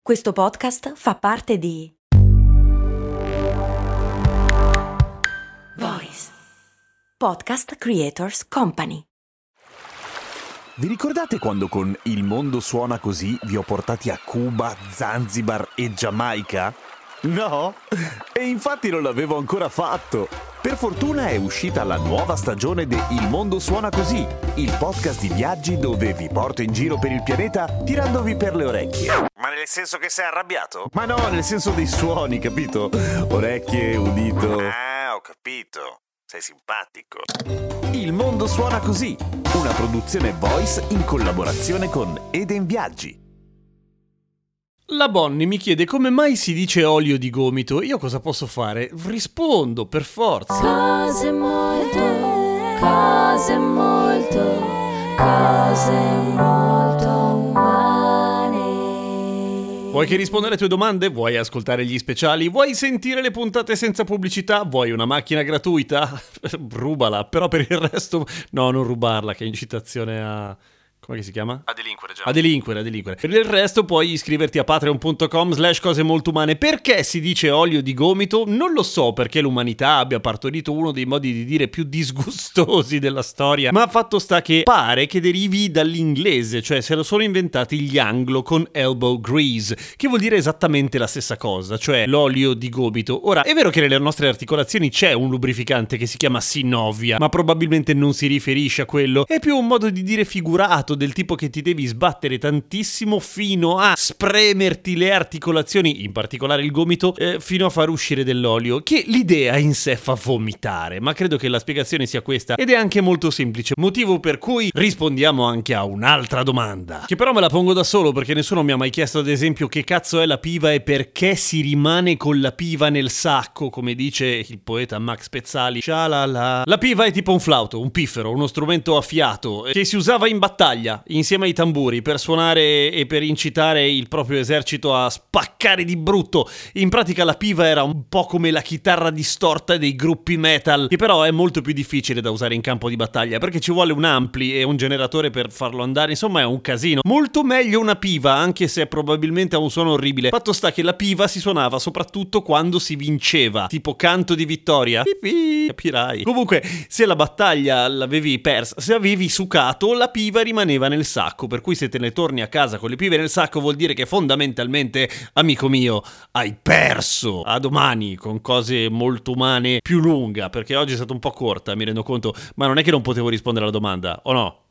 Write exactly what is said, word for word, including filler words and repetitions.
Questo podcast fa parte di Voice Podcast Creators Company. Vi ricordate quando con Il mondo suona così vi ho portati a Cuba, Zanzibar e Giamaica? No? E infatti non l'avevo ancora fatto. Per fortuna è uscita la nuova stagione di Il mondo suona così, il podcast di viaggi dove vi porto in giro per il pianeta tirandovi per le orecchie. Ma nel senso che sei arrabbiato? Ma no, nel senso dei suoni, capito? Orecchie, udito. Ah, ho capito. Sei simpatico. Il mondo suona così, una produzione Voice in collaborazione con Eden Viaggi. La Bonnie mi chiede come mai si dice olio di gomito. Io cosa posso fare? Rispondo, per forza. Cose molto, cose molto, cose molto umane. Vuoi che risponda alle tue domande? Vuoi ascoltare gli speciali? Vuoi sentire le puntate senza pubblicità? Vuoi una macchina gratuita? Rubala, però per il resto no, non rubarla, che è incitazione a... come si chiama? A delinquere, già. A delinquere, a delinquere. Per il resto puoi iscriverti a patreon.com slash cose molto umane. Perché si dice olio di gomito? Non lo so, perché l'umanità abbia partorito uno dei modi di dire più disgustosi della storia, ma fatto sta che pare che derivi dall'inglese, cioè se lo sono inventati gli anglo con elbow grease, che vuol dire esattamente la stessa cosa, cioè l'olio di gomito. Ora, è vero che nelle nostre articolazioni c'è un lubrificante che si chiama Synovia, ma probabilmente non si riferisce a quello. È più un modo di dire figurato, del tipo che ti devi sbattere tantissimo fino a spremerti le articolazioni, in particolare il gomito, eh, fino a far uscire dell'olio, che l'idea in sé fa vomitare, ma credo che la spiegazione sia questa, ed è anche molto semplice, motivo per cui rispondiamo anche a un'altra domanda, che però me la pongo da solo perché nessuno mi ha mai chiesto ad esempio che cazzo è la piva e perché si rimane con la piva nel sacco, come dice il poeta Max Pezzali. Scialala. La piva è tipo un flauto, un piffero, uno strumento a fiato che si usava in battaglia insieme ai tamburi per suonare e per incitare il proprio esercito a spaccare di brutto. In pratica la piva era un po' come la chitarra distorta dei gruppi metal, che però è molto più difficile da usare in campo di battaglia perché ci vuole un ampli e un generatore per farlo andare, insomma è un casino. Molto meglio una piva, anche se probabilmente ha un suono orribile. Fatto sta che la piva si suonava soprattutto quando si vinceva, tipo canto di vittoria. Pipì, capirai. Comunque, se la battaglia l'avevi persa, se avevi sucato, la piva rimaneva nel sacco, per cui se te ne torni a casa con le pive nel sacco vuol dire che fondamentalmente, amico mio, hai perso. A domani con cose molto umane più lunga, perché oggi è stata un po' corta, mi rendo conto, ma non è che non potevo rispondere alla domanda, o no?